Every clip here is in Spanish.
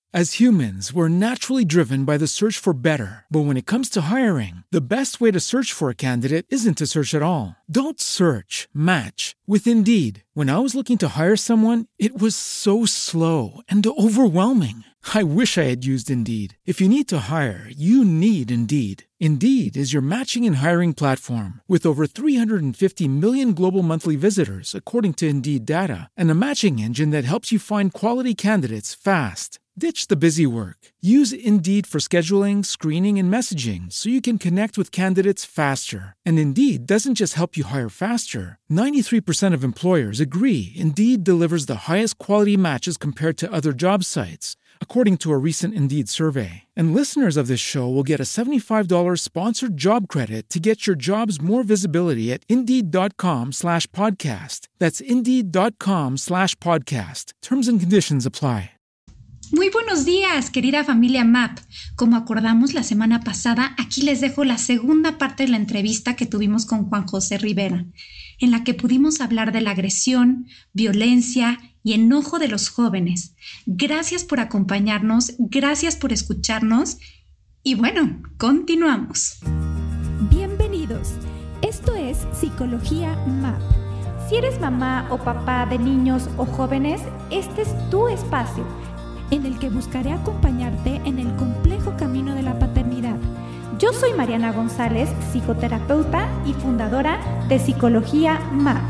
As humans, we're naturally driven by the search for better. But when it comes to hiring, the best way to search for a candidate isn't to search at all. Don't search, match with Indeed. When I was looking to hire someone, it was so slow and overwhelming. I wish I had used Indeed. If you need to hire, you need Indeed. Indeed is your matching and hiring platform with over 350 million global monthly visitors, according to Indeed data, and a matching engine that helps you find quality candidates fast. Ditch the busy work. Use Indeed for scheduling, screening, and messaging so you can connect with candidates faster. And Indeed doesn't just help you hire faster. 93% of employers agree Indeed delivers the highest quality matches compared to other job sites, according to a recent Indeed survey. And listeners of this show will get a $75 sponsored job credit to get your jobs more visibility at Indeed.com/podcast. That's Indeed.com/podcast. Terms and conditions apply. Muy buenos días, querida familia MAP. Como acordamos la semana pasada, aquí les dejo la segunda parte de la entrevista que tuvimos con Juan José Rivera, en la que pudimos hablar de la agresión, violencia y enojo de los jóvenes. Gracias por acompañarnos, gracias por escucharnos y bueno, continuamos. Bienvenidos. Esto es Psicología MAP. Si eres mamá o papá de niños o jóvenes, este es tu espacio, en el que buscaré acompañarte en el complejo camino de la paternidad. Yo soy Mariana González, psicoterapeuta y fundadora de Psicología MAP.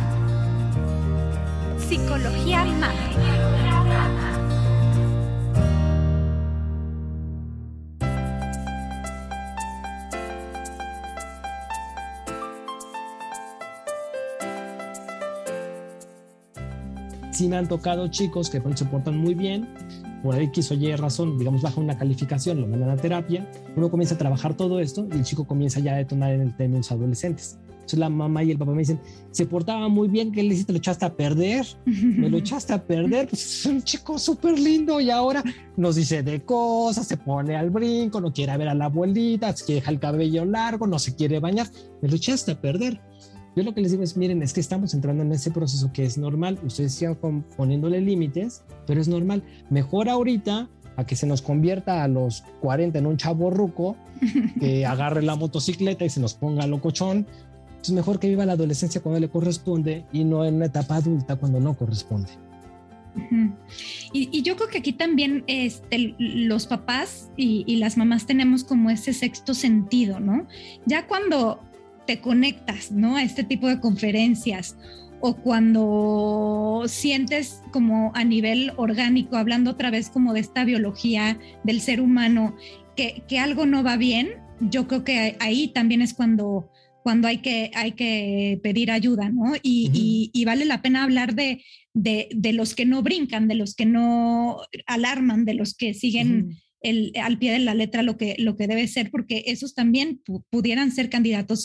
Psicología MAP. Sí me han tocado chicos que de pronto se portan muy bien, por ahí X o Y razón, digamos, baja una calificación, lo mandan a terapia, uno comienza a trabajar todo esto y el chico comienza ya a detonar en el tema de los adolescentes. Entonces la mamá y el papá me dicen, se portaba muy bien, ¿qué le hiciste? ¿Lo echaste a perder? ¿Me lo echaste a perder? Pues es un chico súper lindo y ahora nos dice de cosas, se pone al brinco, no quiere ver a la abuelita, se deja el cabello largo, no se quiere bañar, me lo echaste a perder. Yo lo que les digo es, miren, es que estamos entrando en ese proceso que es normal, ustedes sigan poniéndole límites, pero es normal. Mejor ahorita a que se nos convierta a los 40 en un chavo ruco, que agarre la motocicleta y se nos ponga locochón. Es mejor que viva la adolescencia cuando le corresponde y no en una etapa adulta cuando no corresponde. Uh-huh. Y yo creo que aquí también los papás y las mamás tenemos como ese sexto sentido, ¿no? Ya cuando te conectas, ¿no?, a este tipo de conferencias o cuando sientes como a nivel orgánico, hablando otra vez como de esta biología del ser humano, que algo no va bien, yo creo que ahí también es cuando hay que pedir ayuda, ¿no? Y vale la pena hablar de los que no brincan, de los que no alarman, de los que siguen al pie de la letra lo que debe ser, porque esos también pudieran ser candidatos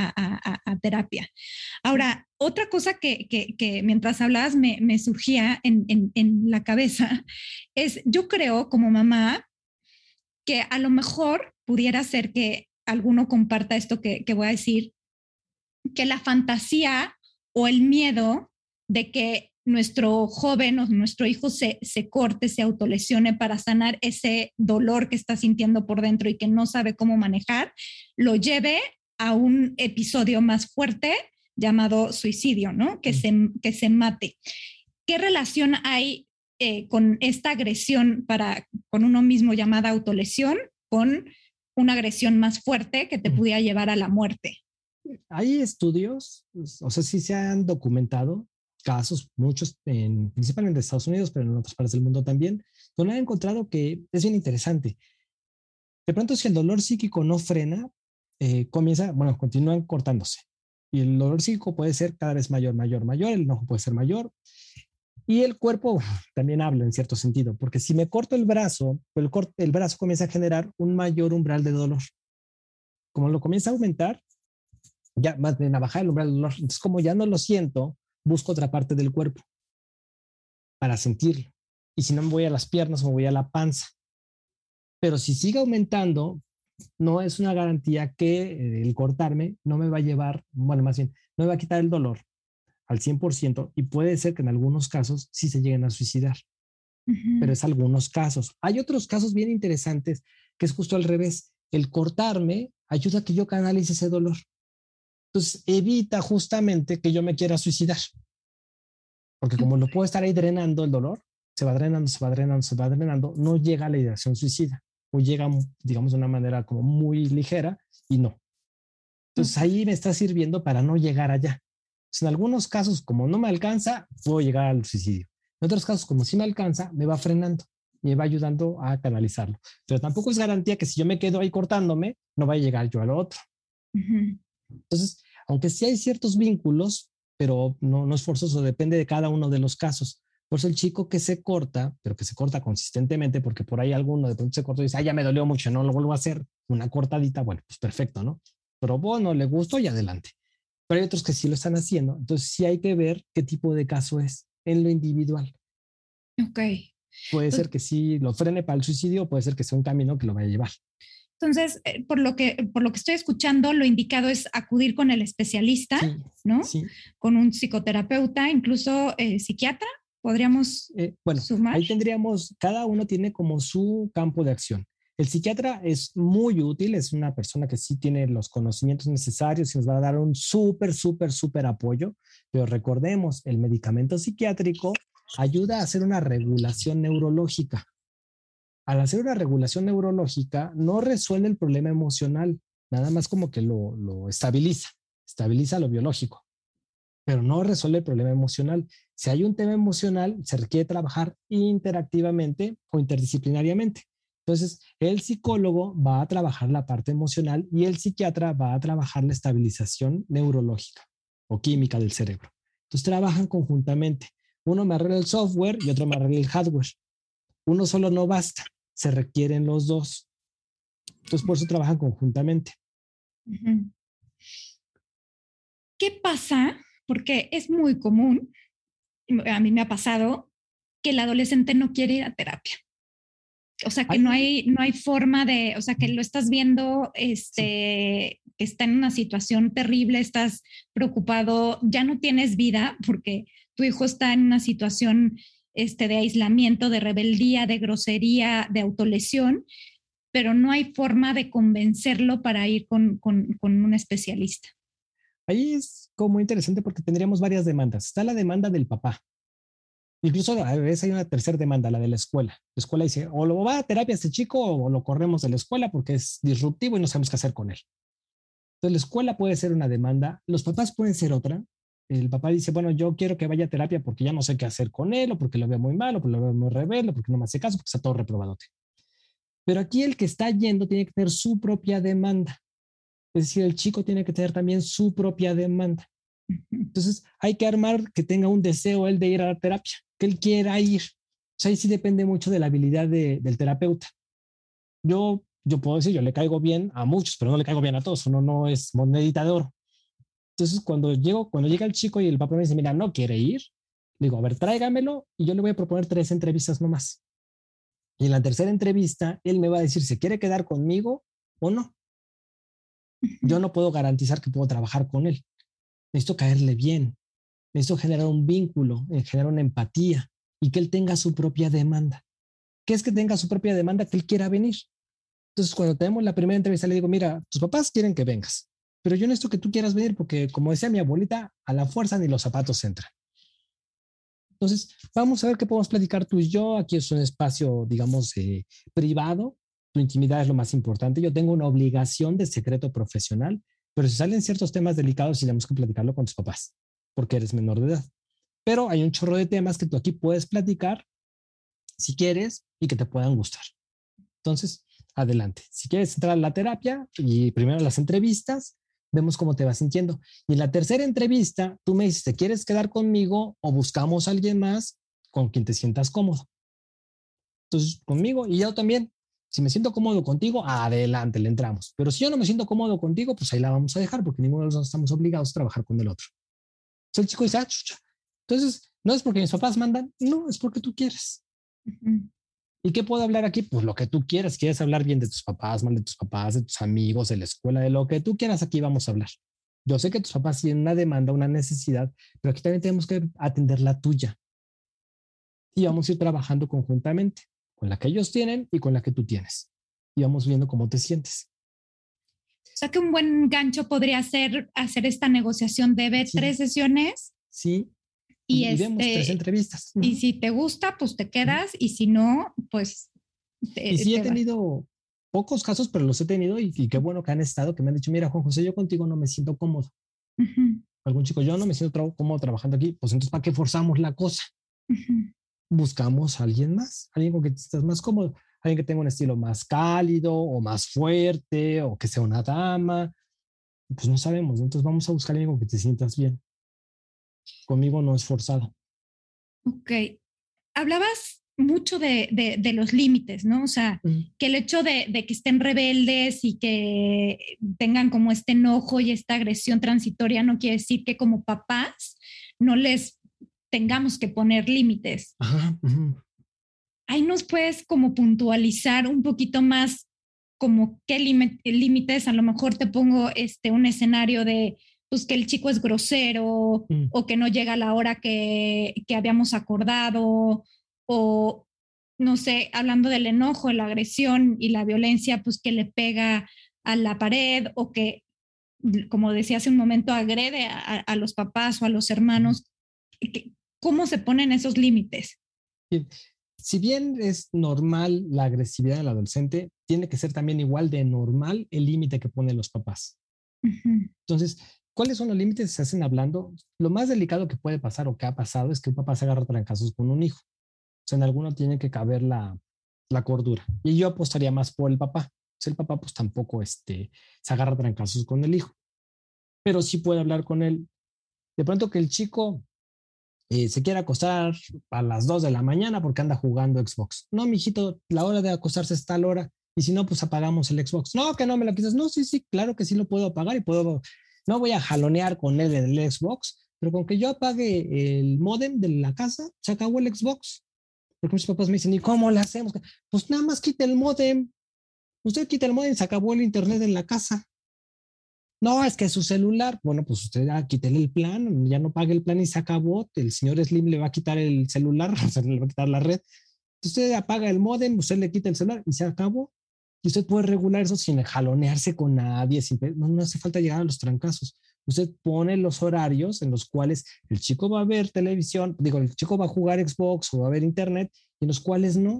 a terapia. Ahora, otra cosa que mientras hablabas me surgía en la cabeza es, yo creo como mamá que a lo mejor pudiera ser que alguno comparta esto que voy a decir, que la fantasía o el miedo de que nuestro joven o nuestro hijo se corte, se autolesione para sanar ese dolor que está sintiendo por dentro y que no sabe cómo manejar, lo lleve a un episodio más fuerte llamado suicidio, ¿no? Que se mate. ¿Qué relación hay con esta agresión con uno mismo llamada autolesión con una agresión más fuerte que te pudiera llevar a la muerte? Hay estudios, o sea, sí se han documentado casos, muchos, principalmente en Estados Unidos, pero en otras partes del mundo también, donde han encontrado que es bien interesante. De pronto, si el dolor psíquico no frena, continúan cortándose. Y el dolor psíquico puede ser cada vez mayor, el enojo puede ser mayor. Y el cuerpo también habla en cierto sentido, porque si me corto el brazo, el brazo comienza a generar un mayor umbral de dolor. Como lo comienza a aumentar, ya más bien a bajar el umbral del dolor. Entonces, como ya no lo siento, busco otra parte del cuerpo para sentirlo. Y si no, me voy a las piernas, me voy a la panza. Pero si sigue aumentando, no es una garantía que el cortarme no me va a llevar, bueno, más bien, no me va a quitar el dolor al 100%, y puede ser que en algunos casos sí se lleguen a suicidar. pero es algunos casos. Hay otros casos bien interesantes que es justo al revés. El cortarme ayuda a que yo canalice ese dolor. Entonces evita justamente que yo me quiera suicidar. Porque como lo puedo estar ahí drenando el dolor, se va drenando, se va drenando, se va drenando, no llega a la ideación suicida o llega, digamos, de una manera como muy ligera y no. Entonces ahí me está sirviendo para no llegar allá. Entonces, en algunos casos, como no me alcanza, puedo llegar al suicidio. En otros casos, como sí me alcanza, me va frenando, me va ayudando a canalizarlo. Pero tampoco es garantía que si yo me quedo ahí cortándome, no vaya a llegar yo al otro. Entonces, aunque sí hay ciertos vínculos, pero no es forzoso, depende de cada uno de los casos. Por eso el chico que se corta, pero que se corta consistentemente, porque por ahí alguno de pronto se cortó y dice, ya me dolió mucho, no lo vuelvo a hacer, una cortadita, bueno, pues perfecto, ¿no? Pero bueno, le gustó y adelante. Pero hay otros que sí lo están haciendo, entonces sí hay que ver qué tipo de caso es en lo individual. Ok. Puede ser que sí lo frene para el suicidio, puede ser que sea un camino que lo vaya a llevar. Entonces, por lo que estoy escuchando, lo indicado es acudir con el especialista, sí, ¿no? Sí. Con un psicoterapeuta, incluso psiquiatra, podríamos sumar. Ahí tendríamos, cada uno tiene como su campo de acción. El psiquiatra es muy útil, es una persona que sí tiene los conocimientos necesarios y nos va a dar un súper apoyo, pero recordemos, el medicamento psiquiátrico ayuda a hacer una regulación neurológica. Al hacer una regulación neurológica, no resuelve el problema emocional, nada más como que lo estabiliza lo biológico, pero no resuelve el problema emocional. Si hay un tema emocional, se requiere trabajar interactivamente o interdisciplinariamente. Entonces, el psicólogo va a trabajar la parte emocional y el psiquiatra va a trabajar la estabilización neurológica o química del cerebro. Entonces, trabajan conjuntamente. Uno me arregla el software y otro me arregla el hardware. Uno solo no basta, se requieren los dos. Entonces, por eso trabajan conjuntamente. ¿Qué pasa? Porque es muy común, a mí me ha pasado, que el adolescente no quiere ir a terapia. O sea, que no hay forma de, o sea, que lo estás viendo, que está en una situación terrible, estás preocupado, ya no tienes vida porque tu hijo está en una situación de aislamiento, de rebeldía, de grosería, de autolesión, pero no hay forma de convencerlo para ir con un especialista. Ahí es como interesante porque tendríamos varias demandas. Está la demanda del papá. Incluso a veces hay una tercera demanda, la de la escuela. La escuela dice, o lo va a terapia este chico o lo corremos de la escuela porque es disruptivo y no sabemos qué hacer con él. Entonces la escuela puede ser una demanda, los papás pueden ser otra. El papá dice, bueno, yo quiero que vaya a terapia porque ya no sé qué hacer con él, o porque lo veo muy mal, o porque lo veo muy rebelde, o porque no me hace caso, porque está todo reprobadote. Pero aquí el que está yendo tiene que tener su propia demanda. Es decir, el chico tiene que tener también su propia demanda. Entonces hay que armar que tenga un deseo él de ir a la terapia, que él quiera ir. O sea, ahí sí depende mucho de la habilidad del terapeuta. Yo puedo decir, yo le caigo bien a muchos, pero no le caigo bien a todos. Uno no es monedita de oro. Entonces, cuando llega el chico y el papá me dice, mira, no quiere ir, le digo, a ver, tráigamelo y yo le voy a proponer 3 entrevistas nomás. Y en la tercera entrevista, él me va a decir si quiere quedar conmigo o no. Yo no puedo garantizar que puedo trabajar con él. Necesito caerle bien. Necesito generar un vínculo, generar una empatía y que él tenga su propia demanda. ¿Qué es que tenga su propia demanda? Que él quiera venir. Entonces, cuando tenemos la primera entrevista, le digo, mira, tus papás quieren que vengas, pero yo necesito que tú quieras venir porque, como decía mi abuelita, a la fuerza ni los zapatos entran. Entonces, vamos a ver qué podemos platicar tú y yo. Aquí es un espacio, digamos, privado. Tu intimidad es lo más importante. Yo tengo una obligación de secreto profesional, pero si salen ciertos temas delicados, tenemos que platicarlo con tus papás, porque eres menor de edad. Pero hay un chorro de temas que tú aquí puedes platicar si quieres y que te puedan gustar. Entonces, adelante. Si quieres entrar a la terapia y primero las entrevistas, vemos cómo te vas sintiendo. Y en la tercera entrevista, tú me dices, ¿te quieres quedar conmigo o buscamos a alguien más con quien te sientas cómodo? Entonces, conmigo y yo también. Si me siento cómodo contigo, adelante, le entramos. Pero si yo no me siento cómodo contigo, pues ahí la vamos a dejar porque ninguno de nosotros estamos obligados a trabajar con el otro. Entonces el chico dice, chucha. Entonces, no es porque mis papás mandan, no, es porque tú quieres. ¿Y qué puedo hablar aquí? Pues lo que tú quieras. ¿Quieres hablar bien de tus papás, mal de tus papás, de tus amigos, de la escuela, de lo que tú quieras? Aquí vamos a hablar. Yo sé que tus papás tienen una demanda, una necesidad, pero aquí también tenemos que atender la tuya. y vamos a ir trabajando conjuntamente con la que ellos tienen y con la que tú tienes. Y vamos viendo cómo te sientes. O sea que un buen gancho podría ser hacer esta negociación de ver Sí. 3 sesiones. Sí. Y, y vemos 3 entrevistas. Y si te gusta, pues te quedas. Y si no, pues y sí he tenido pocos casos, pero los he tenido y qué bueno que han estado, que me han dicho, mira, Juan José, yo contigo no me siento cómodo. Algún chico, yo no me siento cómodo trabajando aquí, pues entonces, ¿para qué forzamos la cosa? Buscamos a alguien más, alguien con quien estés más cómodo, alguien que tenga un estilo más cálido o más fuerte o que sea una dama. Pues no sabemos, entonces vamos a buscar a alguien con que te sientas bien. Conmigo no es forzado. Ok. Hablabas mucho de los límites, ¿no? O sea, que el hecho de que estén rebeldes y que tengan como este enojo y esta agresión transitoria no quiere decir que como papás no les tengamos que poner límites. Ajá. Ahí nos puedes como puntualizar un poquito más como qué límites, a lo mejor te pongo un escenario de pues que el chico es grosero o que no llega a la hora que habíamos acordado o no sé, hablando del enojo, la agresión y la violencia, pues que le pega a la pared o que, como decía hace un momento, agrede a los papás o a los hermanos. ¿Cómo se ponen esos límites? Si bien es normal la agresividad del adolescente, tiene que ser también igual de normal el límite que ponen los papás. Entonces, ¿cuáles son los límites que se hacen hablando? Lo más delicado que puede pasar o que ha pasado es que un papá se agarra a trancazos con un hijo. O sea, en alguno tiene que caber la cordura. Y yo apostaría más por el papá. O sea, el papá pues tampoco se agarra a trancazos con el hijo. Pero sí puede hablar con él. De pronto que el chico se quiere acostar a las 2 de la mañana porque anda jugando Xbox. No, mijito, la hora de acostarse es tal hora. Y si no, pues apagamos el Xbox. No, que no me lo quitas. No, sí, claro que sí lo puedo apagar y puedo. No voy a jalonear con él en el Xbox, pero con que yo apague el módem de la casa, se acabó el Xbox. Porque muchos papás me dicen, ¿y cómo le hacemos? Pues nada más quita el módem. Usted quita el módem, se acabó el internet en la casa. No, es que su celular, bueno, pues usted ya quítele el plan, ya no pague el plan y se acabó. El señor Slim le va a quitar el celular, o sea, le va a quitar la red. Usted apaga el módem, usted le quita el celular y se acabó. Y usted puede regular eso sin jalonearse con nadie, no hace falta llegar a los trancazos. Usted pone los horarios en los cuales el chico va a ver televisión, el chico va a jugar Xbox o va a ver internet y en los cuales no.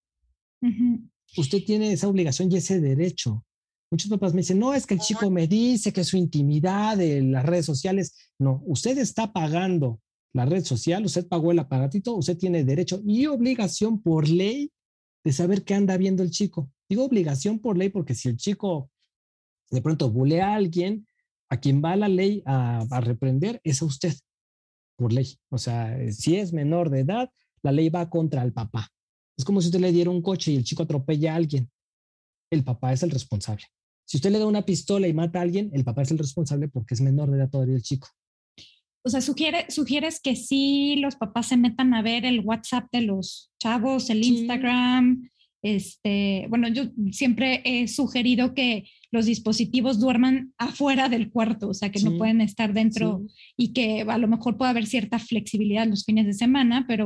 Usted tiene esa obligación y ese derecho. Muchos papás me dicen, no, es que el chico me dice que su intimidad de las redes sociales. No, usted está pagando la red social, usted pagó el aparatito, usted tiene derecho y obligación por ley de saber qué anda viendo el chico. Digo obligación por ley porque si el chico de pronto bulea a alguien, a quien va la ley a reprender es a usted, por ley. O sea, si es menor de edad, la ley va contra el papá. Es como si usted le diera un coche y el chico atropella a alguien. El papá es el responsable. Si usted le da una pistola y mata a alguien, el papá es el responsable porque es menor de edad todavía el chico. O sea, sugieres que sí los papás se metan a ver el WhatsApp de los chavos, el Instagram. Bueno, yo siempre he sugerido que los dispositivos duerman afuera del cuarto, o sea, que no pueden estar dentro y que a lo mejor puede haber cierta flexibilidad los fines de semana, pero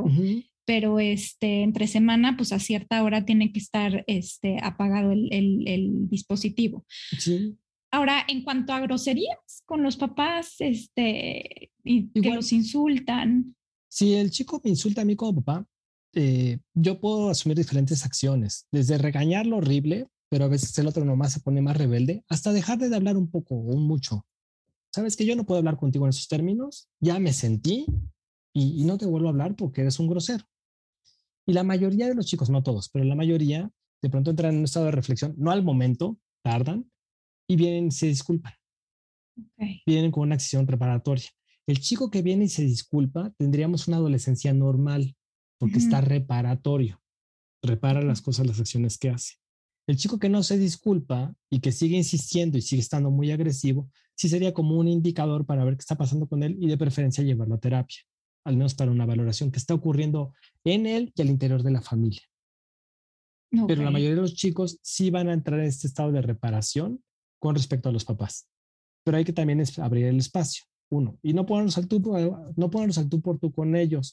entre semana, pues a cierta hora tiene que estar apagado el dispositivo. Sí. Ahora, en cuanto a groserías con los papás, y que los insultan. Si el chico me insulta a mí como papá, yo puedo asumir diferentes acciones, desde regañarlo horrible, pero a veces el otro nomás se pone más rebelde, hasta dejarle de hablar un poco o un mucho. ¿Sabes que yo no puedo hablar contigo en esos términos? Ya me sentí y no te vuelvo a hablar porque eres un grosero. Y la mayoría de los chicos, no todos, pero la mayoría, de pronto entran en un estado de reflexión, no al momento, tardan, y vienen y se disculpan. Vienen con una acción preparatoria. El chico que viene y se disculpa, tendríamos una adolescencia normal, porque está reparatorio, repara las cosas, las acciones que hace. El chico que no se disculpa y que sigue insistiendo y sigue estando muy agresivo, sí sería como un indicador para ver qué está pasando con él y de preferencia llevarlo a terapia, al menos para una valoración que está ocurriendo en él y al interior de la familia. Pero la mayoría de los chicos sí van a entrar en este estado de reparación con respecto a los papás. Pero hay que también abrir el espacio, uno, y no ponernos al tú por tú con ellos.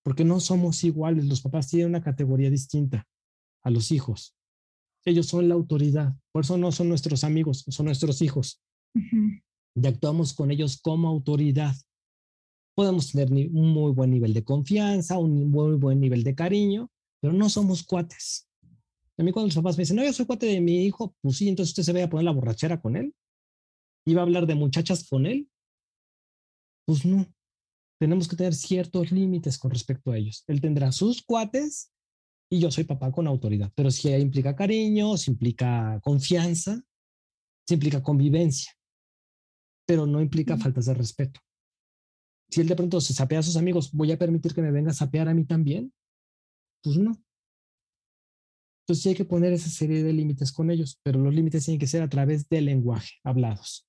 porque no somos iguales. Los papás tienen una categoría distinta a los hijos. Ellos son la autoridad, por eso no son nuestros amigos, son nuestros hijos. Y actuamos con ellos como autoridad. Podemos tener un muy buen nivel de confianza, un muy buen nivel de cariño, pero no somos cuates. A mí cuando los papás me dicen, no, yo soy cuate de mi hijo, pues sí, entonces usted se vaya a poner la borrachera con él. ¿Iba a hablar de muchachas con él? Pues no. Tenemos que tener ciertos límites con respecto a ellos. Él tendrá sus cuates y yo soy papá con autoridad. Pero si implica cariño, si implica confianza, si implica convivencia, pero no implica faltas de respeto. Si él de pronto se sapea a sus amigos, ¿voy a permitir que me venga a sapear a mí también? Pues no. Entonces sí hay que poner esa serie de límites con ellos, pero los límites tienen que ser a través del lenguaje, hablados.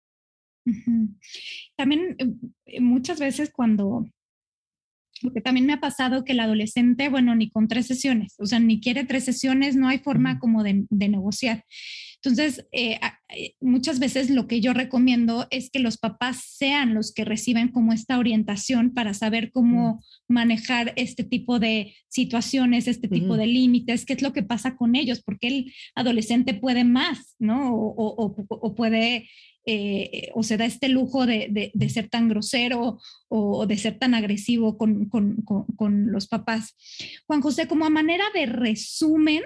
También muchas veces porque también me ha pasado que el adolescente, bueno, ni con 3 sesiones, o sea, ni quiere 3 sesiones, no hay forma como de negociar. Entonces, muchas veces lo que yo recomiendo es que los papás sean los que reciban como esta orientación para saber cómo manejar este tipo de situaciones, este tipo de límites, qué es lo que pasa con ellos, porque el adolescente puede más, ¿no? O puede... o se da este lujo de ser tan grosero o de ser tan agresivo con los papás. Juan José, como a manera de resumen,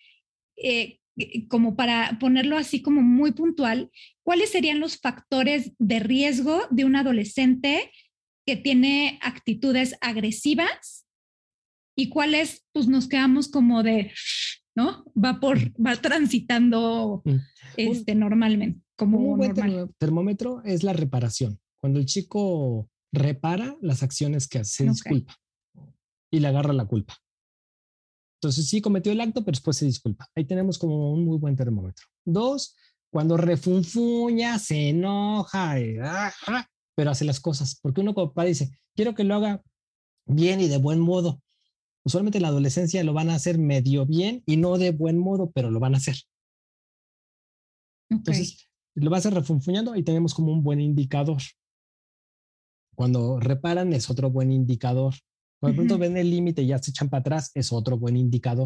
como para ponerlo así como muy puntual, ¿cuáles serían los factores de riesgo de un adolescente que tiene actitudes agresivas y cuáles pues nos quedamos como de, ¿no? Va transitando normalmente. Como un buen termómetro es la reparación. Cuando el chico repara las acciones que hace, se disculpa y le agarra la culpa. Entonces sí cometió el acto, pero después se disculpa. Ahí tenemos como un muy buen termómetro. 2, cuando refunfuña, se enoja, pero hace las cosas. Porque uno como papá dice, quiero que lo haga bien y de buen modo. Usualmente en la adolescencia lo van a hacer medio bien y no de buen modo, pero lo van a hacer. Entonces, lo vas a hacer refunfuñando y tenemos como un buen indicador. Cuando reparan es otro buen indicador. Cuando de pronto ven el límite y ya se echan para atrás es otro buen indicador.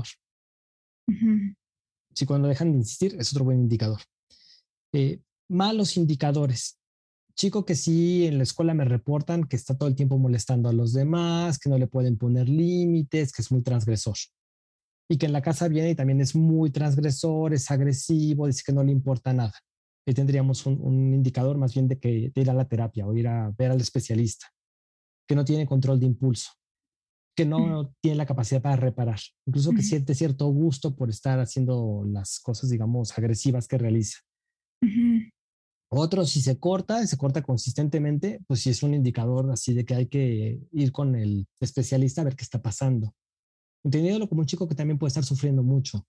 Si cuando dejan de insistir es otro buen indicador. Malos indicadores. Chico que sí en la escuela me reportan que está todo el tiempo molestando a los demás, que no le pueden poner límites, que es muy transgresor. Y que en la casa viene y también es muy transgresor, es agresivo, dice que no le importa nada. Ahí tendríamos un indicador más bien de ir a la terapia o ir a ver al especialista, que no tiene control de impulso, que no tiene la capacidad para reparar, incluso que siente cierto gusto por estar haciendo las cosas, digamos, agresivas que realiza. Otro, si se corta consistentemente, pues sí es un indicador así de que hay que ir con el especialista a ver qué está pasando. Entendiéndolo como un chico que también puede estar sufriendo mucho.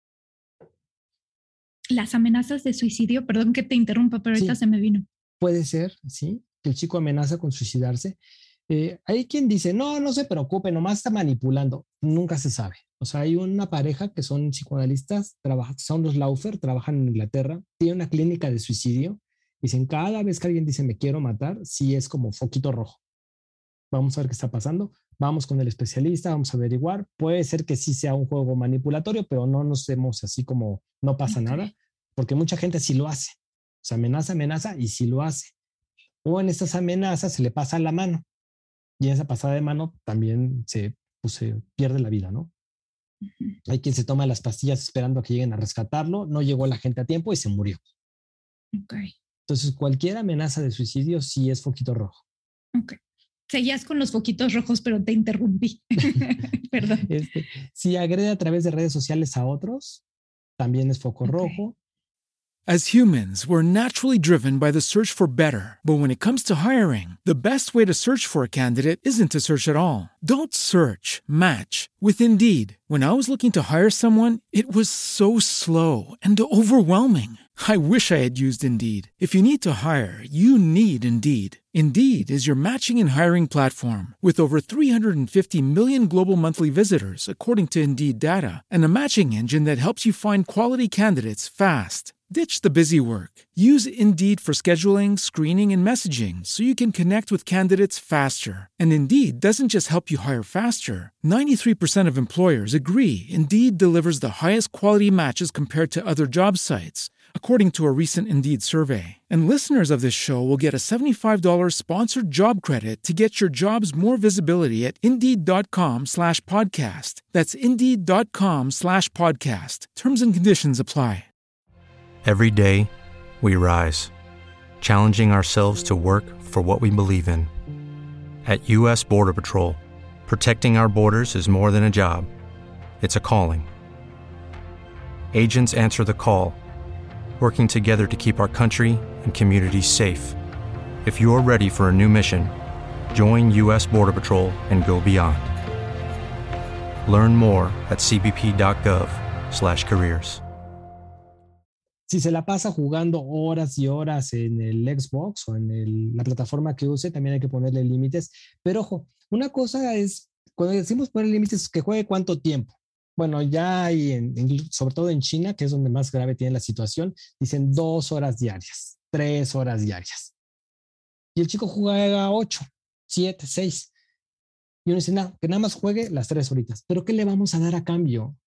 Las amenazas de suicidio, perdón que te interrumpa, pero ahorita se me vino. Puede ser, sí, que el chico amenaza con suicidarse. Hay quien dice, no se preocupe, nomás está manipulando. Nunca se sabe. O sea, hay una pareja que son psicoanalistas, son los Laufer, trabajan en Inglaterra, tienen una clínica de suicidio. Dicen, cada vez que alguien dice me quiero matar, sí es como foquito rojo. Vamos a ver qué está pasando. Vamos con el especialista, vamos a averiguar. Puede ser que sí sea un juego manipulatorio, pero no nos vemos así como no pasa nada, porque mucha gente sí lo hace. O sea, amenaza y sí lo hace. O en estas amenazas se le pasa la mano. Y en esa pasada de mano también se pierde la vida, ¿no? Hay quien se toma las pastillas esperando a que lleguen a rescatarlo. No llegó la gente a tiempo y se murió. Entonces, cualquier amenaza de suicidio sí es foquito rojo. Seguías con los foquitos rojos, pero te interrumpí. Perdón. Si agrede a través de redes sociales a otros, también es foco rojo. As humans, we're naturally driven by the search for better. But when it comes to hiring, the best way to search for a candidate isn't to search at all. Don't search, match with Indeed. When I was looking to hire someone, it was so slow and overwhelming. I wish I had used Indeed. If you need to hire, you need Indeed. Indeed is your matching and hiring platform with over 350 million global monthly visitors, according to Indeed data, and a matching engine that helps you find quality candidates fast. Ditch the busy work. Use Indeed for scheduling, screening, and messaging so you can connect with candidates faster. And Indeed doesn't just help you hire faster. 93% of employers agree Indeed delivers the highest quality matches compared to other job sites, according to a recent Indeed survey. And listeners of this show will get a $75 sponsored job credit to get your jobs more visibility at Indeed.com/podcast. That's Indeed.com/podcast. Terms and conditions apply. Every day, we rise, challenging ourselves to work for what we believe in. At U.S. Border Patrol, protecting our borders is more than a job. It's a calling. Agents answer the call, working together to keep our country and communities safe. If you're ready for a new mission, join U.S. Border Patrol and go beyond. Learn more at cbp.gov/careers. Si se la pasa jugando horas y horas en el Xbox o en la plataforma que use, también hay que ponerle límites. Pero ojo, una cosa es, cuando decimos poner límites, que juegue cuánto tiempo. Bueno, ya hay, sobre todo en China, que es donde más grave tiene la situación, dicen 2 horas diarias, 3 horas diarias. Y el chico juega 8, 7, 6. Y uno dice, no, que nada más juegue las 3 horitas. ¿Pero qué le vamos a dar a cambio?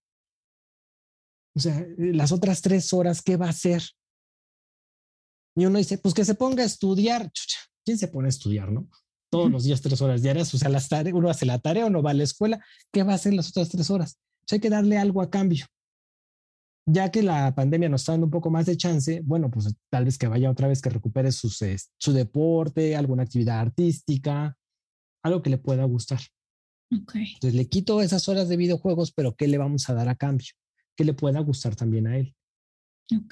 O sea, las otras 3 horas, ¿qué va a hacer? Y uno dice, pues que se ponga a estudiar. Chucha, ¿quién se pone a estudiar, no? Todos los días 3 horas diarias, o sea, uno hace la tarea o no va a la escuela. ¿Qué va a hacer las otras 3 horas? Pues hay que darle algo a cambio. Ya que la pandemia nos está dando un poco más de chance, bueno, pues tal vez que vaya otra vez, que recupere su deporte, alguna actividad artística, algo que le pueda gustar. Okay. Entonces le quito esas horas de videojuegos, pero ¿qué le vamos a dar a cambio? Que le pueda gustar también a él. Ok.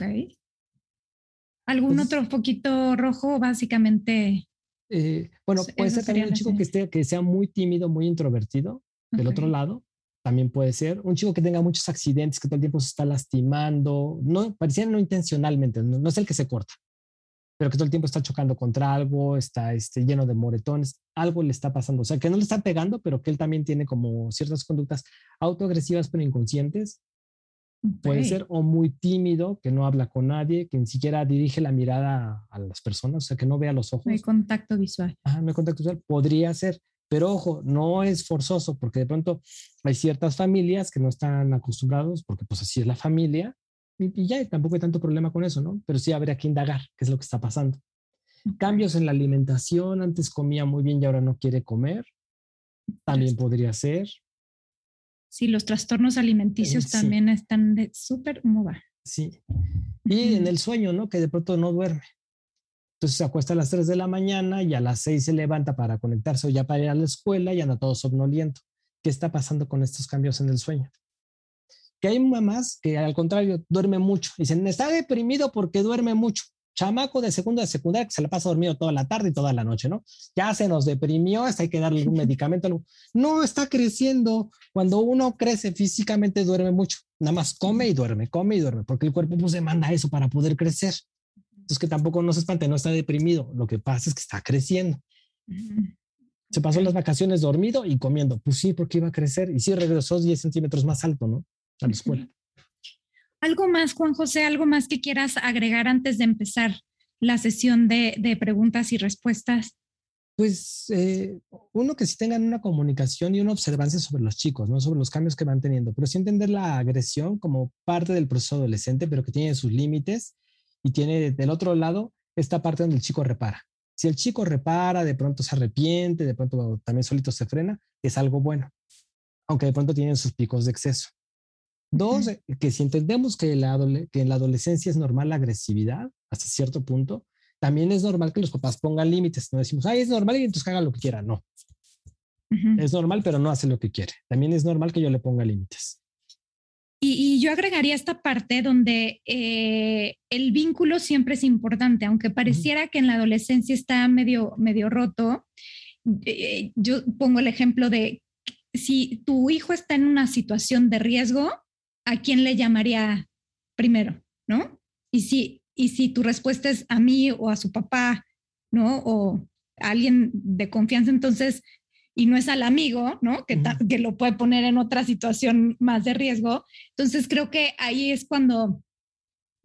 ¿Algún otro foquito rojo, básicamente? Bueno, puede ser también un chico que sea muy tímido, muy introvertido. Okay. Del otro lado, también puede ser un chico que tenga muchos accidentes, que todo el tiempo se está lastimando. No, pareciera no intencionalmente, no es el que se corta, pero que todo el tiempo está chocando contra algo, está lleno de moretones, algo le está pasando. O sea, que no le está pegando, pero que él también tiene como ciertas conductas autoagresivas, pero inconscientes. Okay. Puede ser o muy tímido, que no habla con nadie, que ni siquiera dirige la mirada a las personas, o sea, que no vea los ojos. No hay contacto visual. No hay contacto visual. Podría ser, pero ojo, no es forzoso, porque de pronto hay ciertas familias que no están acostumbrados, porque pues así es la familia, y ya tampoco hay tanto problema con eso, ¿no? Pero sí habría que indagar qué es lo que está pasando. Okay. Cambios en la alimentación, antes comía muy bien y ahora no quiere comer, también podría ser. Sí, los trastornos alimenticios también están de súper moda. Sí. Y en el sueño, ¿no? Que de pronto no duerme. Entonces se acuesta a las 3 de la mañana y a las 6 se levanta para conectarse o ya para ir a la escuela y anda todo somnoliento. ¿Qué está pasando con estos cambios en el sueño? Que hay mamás que al contrario duermen mucho. Dicen, está deprimido porque duerme mucho. Chamaco de segundo de secundaria que se la pasa dormido toda la tarde y toda la noche, ¿no? Ya se nos deprimió, hasta hay que darle un medicamento. No, está creciendo. Cuando uno crece físicamente duerme mucho. Nada más come y duerme, porque el cuerpo pues demanda eso para poder crecer. Entonces que tampoco no se espante, no está deprimido. Lo que pasa es que está creciendo. Se pasó las vacaciones dormido y comiendo. Pues sí, porque iba a crecer. Y sí regresó 10 centímetros más alto, ¿no? A la escuela. ¿Algo más, Juan José? ¿Algo más que quieras agregar antes de empezar la sesión de preguntas y respuestas? Pues uno, que sí tengan una comunicación y una observancia sobre los chicos, ¿no? Sobre los cambios que van teniendo, pero sí entender la agresión como parte del proceso adolescente, pero que tiene sus límites y tiene del otro lado esta parte donde el chico repara. Si el chico repara, de pronto se arrepiente, de pronto también solito se frena, es algo bueno, aunque de pronto tienen sus picos de exceso. 2, que si entendemos que en la adolescencia es normal la agresividad hasta cierto punto, también es normal que los papás pongan límites. No decimos, es normal y entonces que haga lo que quiera. No. Es normal, pero no hace lo que quiere. También es normal que yo le ponga límites. Y yo agregaría esta parte donde el vínculo siempre es importante, aunque pareciera que en la adolescencia está medio roto. Yo pongo el ejemplo de si tu hijo está en una situación de riesgo, ¿a quién le llamaría primero? ¿No? Y si tu respuesta es a mí o a su papá, ¿no? O a alguien de confianza, entonces, y no es al amigo, ¿no? Que lo puede poner en otra situación más de riesgo. Entonces creo que ahí es cuando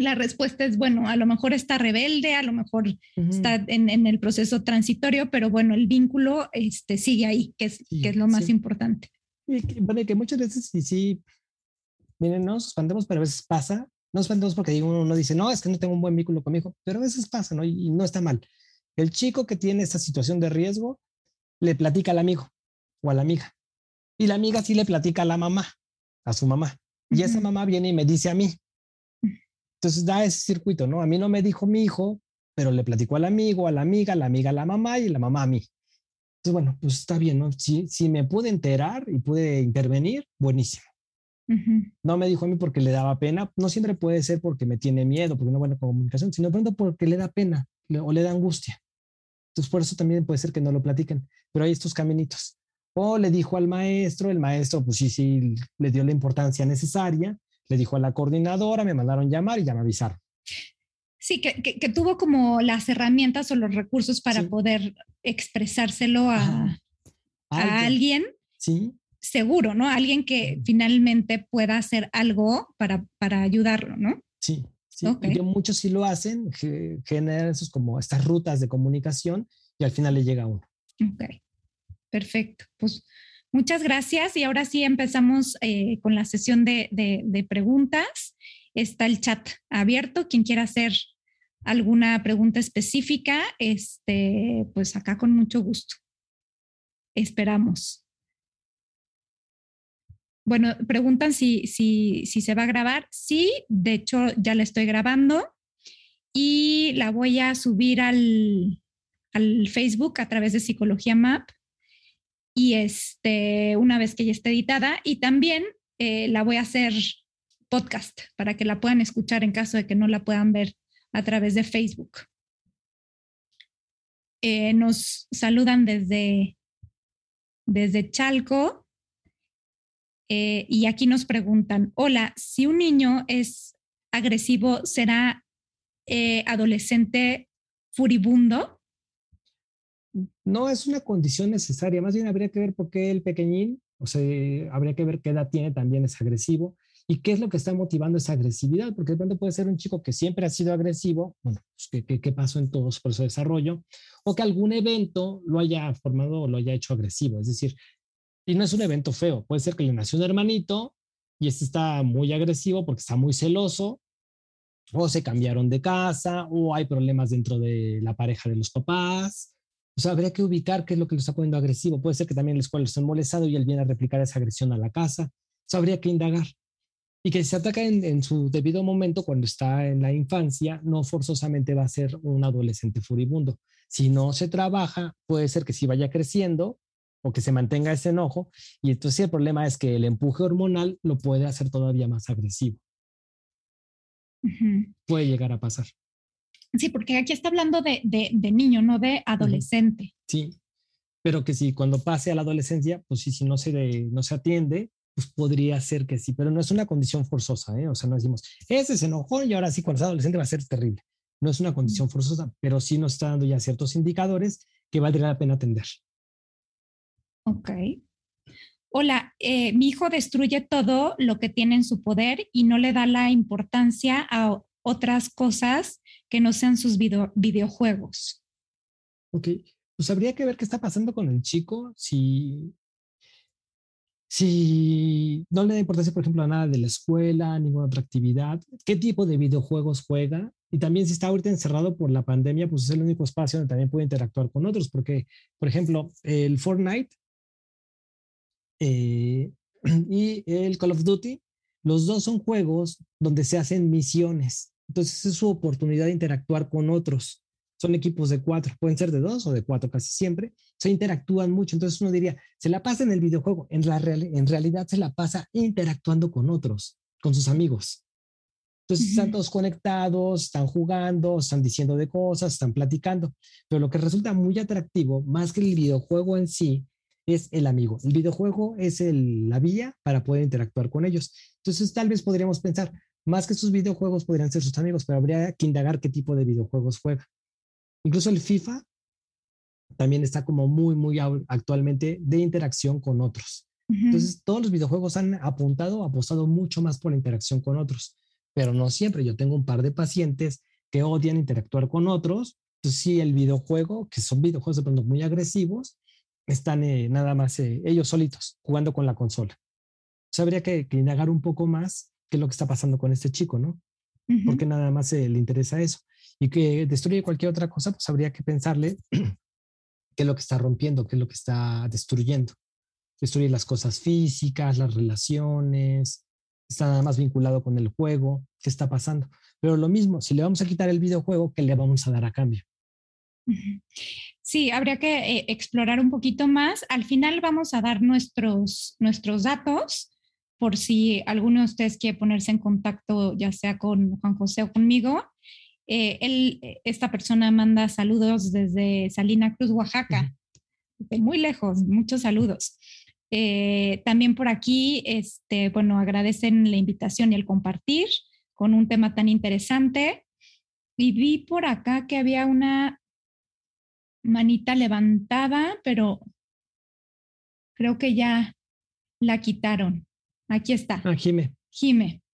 la respuesta es, bueno, a lo mejor está rebelde, a lo mejor está en el proceso transitorio, pero bueno, el vínculo sigue ahí, que es lo más importante. Y que muchas veces sí, miren, no nos espantemos, pero a veces pasa. No nos espantemos porque uno dice, no, es que no tengo un buen vínculo con mi hijo, pero a veces pasa, ¿no? Y no está mal. El chico que tiene esta situación de riesgo le platica al amigo o a la amiga. Y la amiga sí le platica a la mamá, a su mamá. Y esa mamá viene y me dice a mí. Entonces da ese circuito, ¿no? A mí no me dijo mi hijo, pero le platicó al amigo, a la amiga a la mamá y la mamá a mí. Entonces, bueno, pues está bien, ¿no? Si me pude enterar y pude intervenir, buenísimo. No me dijo a mí porque le daba pena. No siempre puede ser porque me tiene miedo, porque no hay buena comunicación, sino de pronto porque le da pena o le da angustia. Entonces, por eso también puede ser que no lo platiquen. Pero hay estos caminitos. O le dijo al maestro, el maestro, pues sí, le dio la importancia necesaria. Le dijo a la coordinadora, me mandaron llamar y ya me avisaron. Sí, que tuvo como las herramientas o los recursos para poder expresárselo a alguien. Sí. Seguro, ¿no? Alguien que finalmente pueda hacer algo para ayudarlo, ¿no? Sí. Okay. Y muchos sí lo hacen, generan esos como estas rutas de comunicación y al final le llega a uno. Ok, perfecto. Pues muchas gracias y ahora sí empezamos con la sesión de preguntas. Está el chat abierto. Quien quiera hacer alguna pregunta específica, pues acá con mucho gusto. Esperamos. Bueno, preguntan si se va a grabar. Sí, de hecho ya la estoy grabando y la voy a subir al Facebook a través de Psicología Map y una vez que ya esté editada, y también la voy a hacer podcast para que la puedan escuchar en caso de que no la puedan ver a través de Facebook. Nos saludan desde Chalco. Y aquí nos preguntan, hola, si un niño es agresivo, ¿será adolescente furibundo? No es una condición necesaria, más bien habría que ver por qué el pequeñín, o sea, habría que ver qué edad tiene, también es agresivo y qué es lo que está motivando esa agresividad, porque de pronto puede ser un chico que siempre ha sido agresivo, bueno, pues qué pasó en todo su proceso de desarrollo, o que algún evento lo haya formado o lo haya hecho agresivo, es decir, y no es un evento feo, puede ser que le nació un hermanito y está muy agresivo porque está muy celoso, o se cambiaron de casa, o hay problemas dentro de la pareja de los papás. O sea, habría que ubicar qué es lo que lo está poniendo agresivo. Puede ser que también en la escuela lo estén molestando y él viene a replicar esa agresión a la casa. Eso habría que indagar. Y que si se ataca en su debido momento, cuando está en la infancia, no forzosamente va a ser un adolescente furibundo. Si no se trabaja, puede ser que sí vaya creciendo o que se mantenga ese enojo, y entonces el problema es que el empuje hormonal lo puede hacer todavía más agresivo. Puede llegar a pasar. Sí, porque aquí está hablando de niño, no de adolescente. Sí, pero que sí, cuando pase a la adolescencia, pues sí, si no se atiende, pues podría ser que sí, pero no es una condición forzosa, ¿eh? O sea, no decimos, ese se enojó y ahora sí, cuando sea adolescente va a ser terrible. No es una condición forzosa, pero sí nos está dando ya ciertos indicadores que valdría la pena atender. Ok. Hola, mi hijo destruye todo lo que tiene en su poder y no le da la importancia a otras cosas que no sean sus videojuegos. Ok, pues habría que ver qué está pasando con el chico. Si no le da importancia, por ejemplo, a nada de la escuela, ninguna otra actividad, qué tipo de videojuegos juega. Y también si está ahorita encerrado por la pandemia, pues es el único espacio donde también puede interactuar con otros. Porque, por ejemplo, el Fortnite y el Call of Duty, los dos son juegos donde se hacen misiones. Entonces es su oportunidad de interactuar con otros. Son equipos de 4, pueden ser de 2 o de 4 casi siempre. Se interactúan mucho. Entonces uno diría, se la pasa en el videojuego. En realidad se la pasa interactuando con otros, con sus amigos. Entonces están todos conectados, están jugando, están diciendo de cosas, están platicando. Pero lo que resulta muy atractivo, más que el videojuego en sí, es el amigo. El videojuego es la vía para poder interactuar con ellos. Entonces, tal vez podríamos pensar, más que sus videojuegos podrían ser sus amigos, pero habría que indagar qué tipo de videojuegos juega. Incluso el FIFA también está como muy actualmente de interacción con otros. Entonces, todos los videojuegos han apostado mucho más por la interacción con otros. pero no siempre. Yo tengo un par de pacientes que odian interactuar con otros. Entonces, sí, el videojuego, que son videojuegos de pronto muy agresivos, están nada más ellos solitos jugando con la consola. O sea, habría que indagar un poco más qué es lo que está pasando con este chico, ¿no? Porque nada más le interesa eso. Y que destruye cualquier otra cosa, pues habría que pensarle qué es lo que está rompiendo, qué es lo que está destruyendo. Destruye las cosas físicas, las relaciones, está nada más vinculado con el juego, qué está pasando. Pero lo mismo, si le vamos a quitar el videojuego, ¿qué le vamos a dar a cambio? Sí, habría que explorar un poquito más. Al final vamos a dar nuestros datos por si alguno de ustedes quiere ponerse en contacto, ya sea con Juan José o conmigo. Esta persona manda saludos desde Salina Cruz, Oaxaca, muy lejos, muchos saludos. También por aquí, bueno, agradecen la invitación y el compartir con un tema tan interesante. Y vi por acá que había una manita levantada, pero creo que ya la quitaron. Aquí está. Jime. Jime.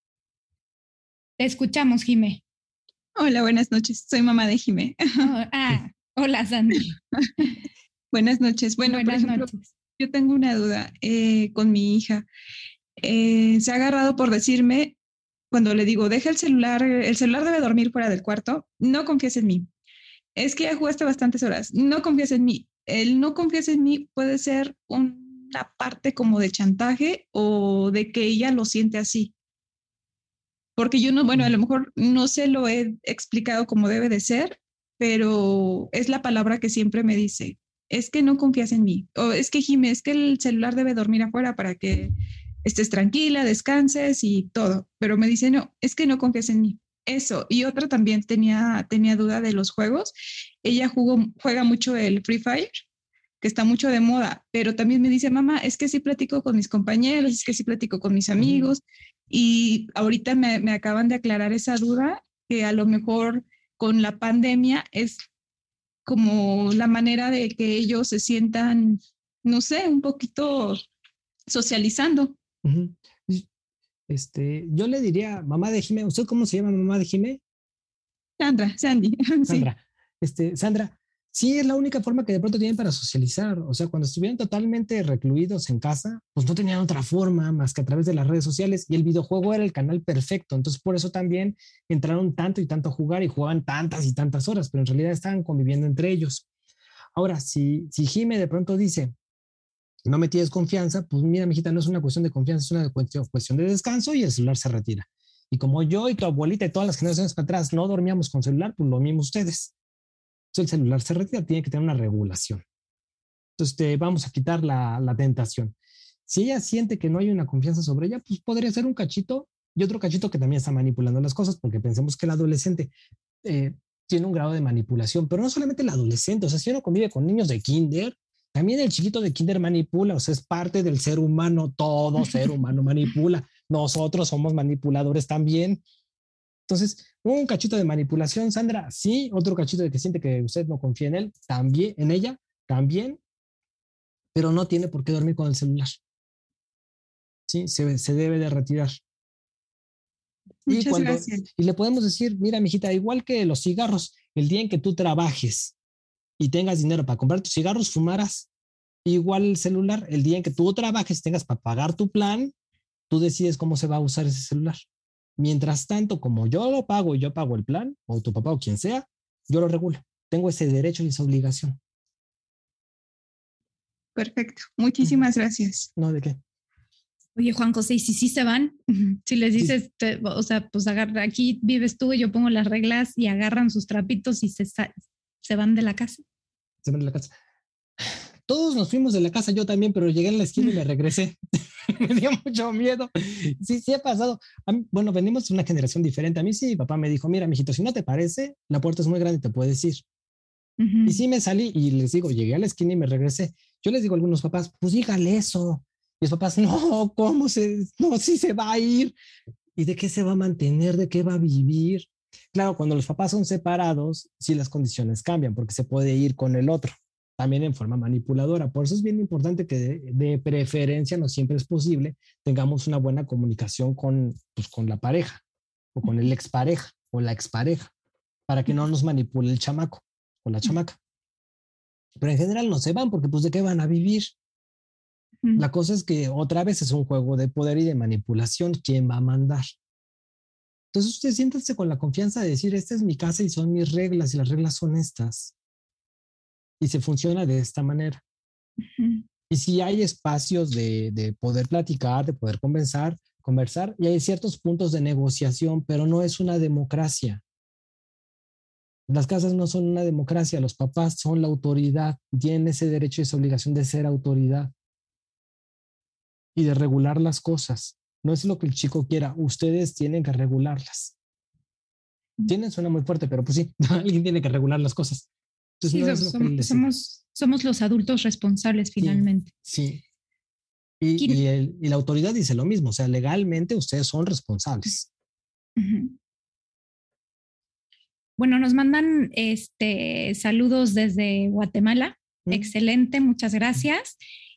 Te escuchamos, Jime. Hola, buenas noches. Soy mamá de Jime. Hola, Sandy. Buenas noches. Bueno, buenas por ejemplo, noches. Yo tengo una duda con mi hija. Se ha agarrado por decirme, cuando le digo, deja el celular debe dormir fuera del cuarto, no confíes en mí. Es que ya jugaste bastantes horas, no confías en mí. El no confías en mí puede ser una parte como de chantaje o de que ella lo siente así. Porque yo no, bueno, a lo mejor no se lo he explicado como debe de ser, pero es la palabra que siempre me dice. Es que no confías en mí. O es que, Jimé, es que el celular debe dormir afuera para que estés tranquila, descanses y todo. Pero me dice, no, es que no confías en mí. Eso. Y otra también tenía duda de los juegos. Ella juega mucho el Free Fire, que está mucho de moda, pero también me dice, mamá, es que sí platico con mis compañeros, es que sí platico con mis amigos. Y ahorita me acaban de aclarar esa duda, que a lo mejor con la pandemia es como la manera de que ellos se sientan, no sé, un poquito socializando. Yo le diría, mamá de Jime, ¿usted cómo se llama, mamá de Jime? Sandy. Sandra. Sí. Sandra, sí es la única forma que de pronto tienen para socializar. O sea, cuando estuvieron totalmente recluidos en casa, pues no tenían otra forma más que a través de las redes sociales y el videojuego era el canal perfecto. Entonces, por eso también entraron tanto y tanto a jugar y jugaban tantas y tantas horas, pero en realidad estaban conviviendo entre ellos. Ahora, si Jime de pronto dice, no me tienes confianza, pues mira, mijita, no es una cuestión de confianza, es una cuestión de descanso y el celular se retira. Y como yo y tu abuelita y todas las generaciones para atrás no dormíamos con celular, pues lo mismo ustedes. Entonces el celular se retira, tiene que tener una regulación. Entonces vamos a quitar la tentación. Si ella siente que no hay una confianza sobre ella, pues podría ser un cachito y otro cachito que también está manipulando las cosas, porque pensemos que el adolescente tiene un grado de manipulación, pero no solamente el adolescente, o sea, si uno convive con niños de kinder, también el chiquito de kinder manipula, o sea, es parte del ser humano, todo ser humano manipula, nosotros somos manipuladores también. Entonces, un cachito de manipulación, Sandra, sí, otro cachito de que siente que usted no confía en él, también, en ella, también, pero no tiene por qué dormir con el celular. Sí, se debe de retirar. Muchas gracias. Y le podemos decir, mira, mijita, igual que los cigarros, el día en que tú trabajes y tengas dinero para comprar tus cigarros, fumarás. Igual el celular, el día en que tú trabajes, tengas para pagar tu plan, tú decides cómo se va a usar ese celular. Mientras tanto, como yo lo pago y yo pago el plan, o tu papá o quien sea, yo lo regulo. Tengo ese derecho y esa obligación. Perfecto. Muchísimas gracias. No, ¿de qué? Oye, Juan José, ¿y si sí se van? Si les dices, sí. O sea, pues agarra, aquí vives tú y yo pongo las reglas y agarran sus trapitos y se van de la casa. Se van de la casa. Todos nos fuimos de la casa, yo también, pero llegué a la esquina y me regresé. Me dio mucho miedo. Sí ha pasado. Bueno, venimos de una generación diferente. A mí sí, mi papá me dijo, mira, mijito, si no te parece, la puerta es muy grande, te puedes ir. Y sí me salí y les digo, llegué a la esquina y me regresé. Yo les digo a algunos papás, pues dígale eso. Y los papás, no, no, sí se va a ir. ¿Y de qué se va a mantener? ¿De qué va a vivir? Claro, cuando los papás son separados, sí las condiciones cambian porque se puede ir con el otro, también en forma manipuladora. Por eso es bien importante que de preferencia, no siempre es posible, tengamos una buena comunicación con la pareja. o con el expareja o la expareja, para que no nos manipule el chamaco o la chamaca. Pero en general no se van porque pues ¿de qué van a vivir? La cosa es que otra vez es un juego de poder y de manipulación. ¿Quién va a mandar? Entonces usted siéntase con la confianza de decir, esta es mi casa y son mis reglas y las reglas son estas. Y se funciona de esta manera. Y si hay espacios de poder platicar, de poder conversar, y hay ciertos puntos de negociación, pero no es una democracia. Las casas no son una democracia, los papás son la autoridad, tienen ese derecho y esa obligación de ser autoridad y de regular las cosas. No es lo que el chico quiera, ustedes tienen que regularlas. Suena muy fuerte, pero pues sí, alguien tiene que regular las cosas. Entonces, sí, somos los adultos responsables finalmente. Sí. Y la autoridad dice lo mismo, o sea, legalmente ustedes son responsables. Bueno, nos mandan saludos desde Guatemala. Excelente, muchas gracias.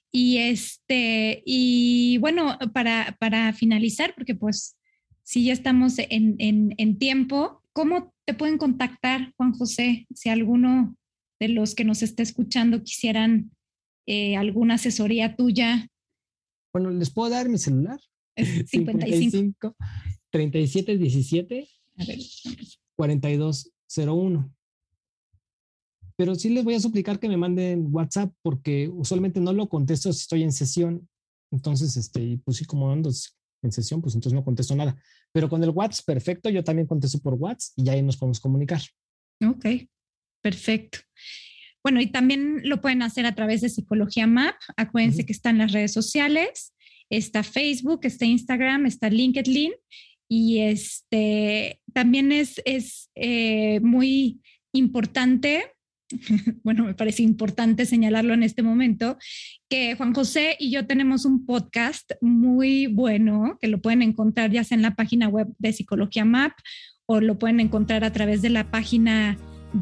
Y bueno, para finalizar, porque pues si ya estamos en tiempo, ¿cómo te pueden contactar, Juan José? Si alguno de los que nos está escuchando quisieran alguna asesoría tuya. Bueno, ¿les puedo dar mi celular? 55 3717 4201. Pero sí les voy a suplicar que me manden WhatsApp porque usualmente no lo contesto si estoy en sesión. Entonces, pues sí, como ando en sesión, pues entonces no contesto nada. Pero con el WhatsApp, perfecto, yo también contesto por WhatsApp y ya ahí nos podemos comunicar. Ok, perfecto. Bueno, y también lo pueden hacer a través de Psicología MAP. Acuérdense que están las redes sociales. Está Facebook, está Instagram, está LinkedIn. Y también es muy importante, bueno, me parece importante señalarlo en este momento, que Juan José y yo tenemos un podcast muy bueno que lo pueden encontrar ya sea en la página web de Psicología MAP o lo pueden encontrar a través de la página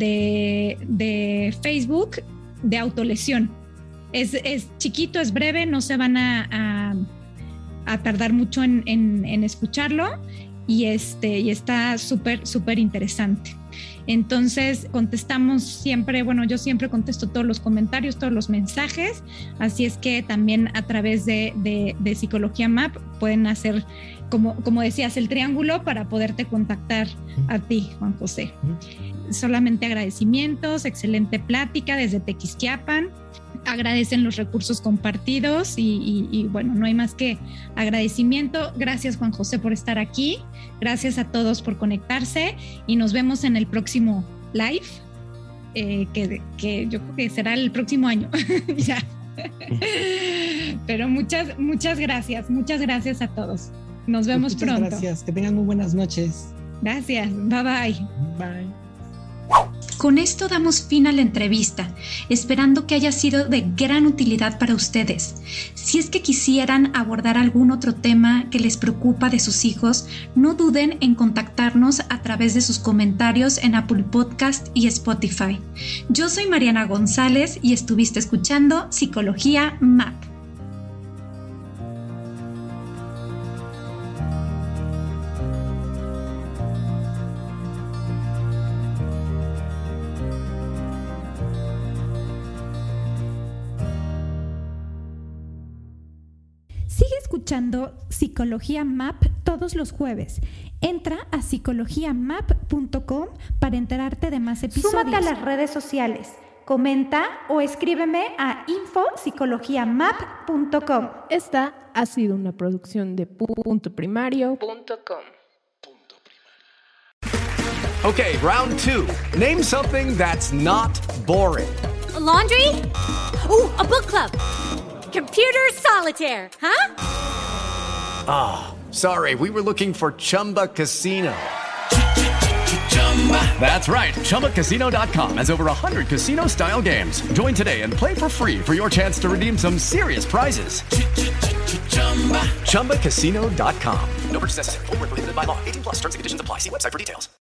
de Facebook de autolesión. Es chiquito, es breve, no se van a tardar mucho en escucharlo y está súper interesante. Entonces contestamos siempre, bueno, yo siempre contesto todos los comentarios, todos los mensajes, así es que también a través de Psicología MAP pueden hacer, como decías, el triángulo para poderte contactar a ti, Juan José. Solamente agradecimientos, excelente plática desde Tequisquiapan. Agradecen los recursos compartidos y bueno, no hay más que agradecimiento. Gracias, Juan José, por estar aquí. Gracias a todos por conectarse y nos vemos en el próximo live, que yo creo que será el próximo año. Ya. Pero muchas gracias a todos. Nos vemos pronto. Gracias, que tengan muy buenas noches. Gracias, bye. Bye. Con esto damos fin a la entrevista, esperando que haya sido de gran utilidad para ustedes. Si es que quisieran abordar algún otro tema que les preocupa de sus hijos, no duden en contactarnos a través de sus comentarios en Apple Podcast y Spotify. Yo soy Mariana González y estuviste escuchando Psicología MAP. Escuchando Psicología MAP todos los jueves. Entra a psicologiamap.com para enterarte de más episodios. Súmate a las redes sociales, comenta o escríbeme a info@psicologiamap.com. Esta ha sido una producción de puntoprimario.com. Okay, round 2. Name something that's not boring. A laundry? Ooh, a book club. Computer solitaire, huh? Ah, sorry, we were looking for Chumba Casino. That's right, ChumbaCasino.com has over 100 casino-style games. Join today and play for free for your chance to redeem some serious prizes. ChumbaCasino.com. No purchase necessary. Void where prohibited by law. 18+ terms and conditions apply. See website for details.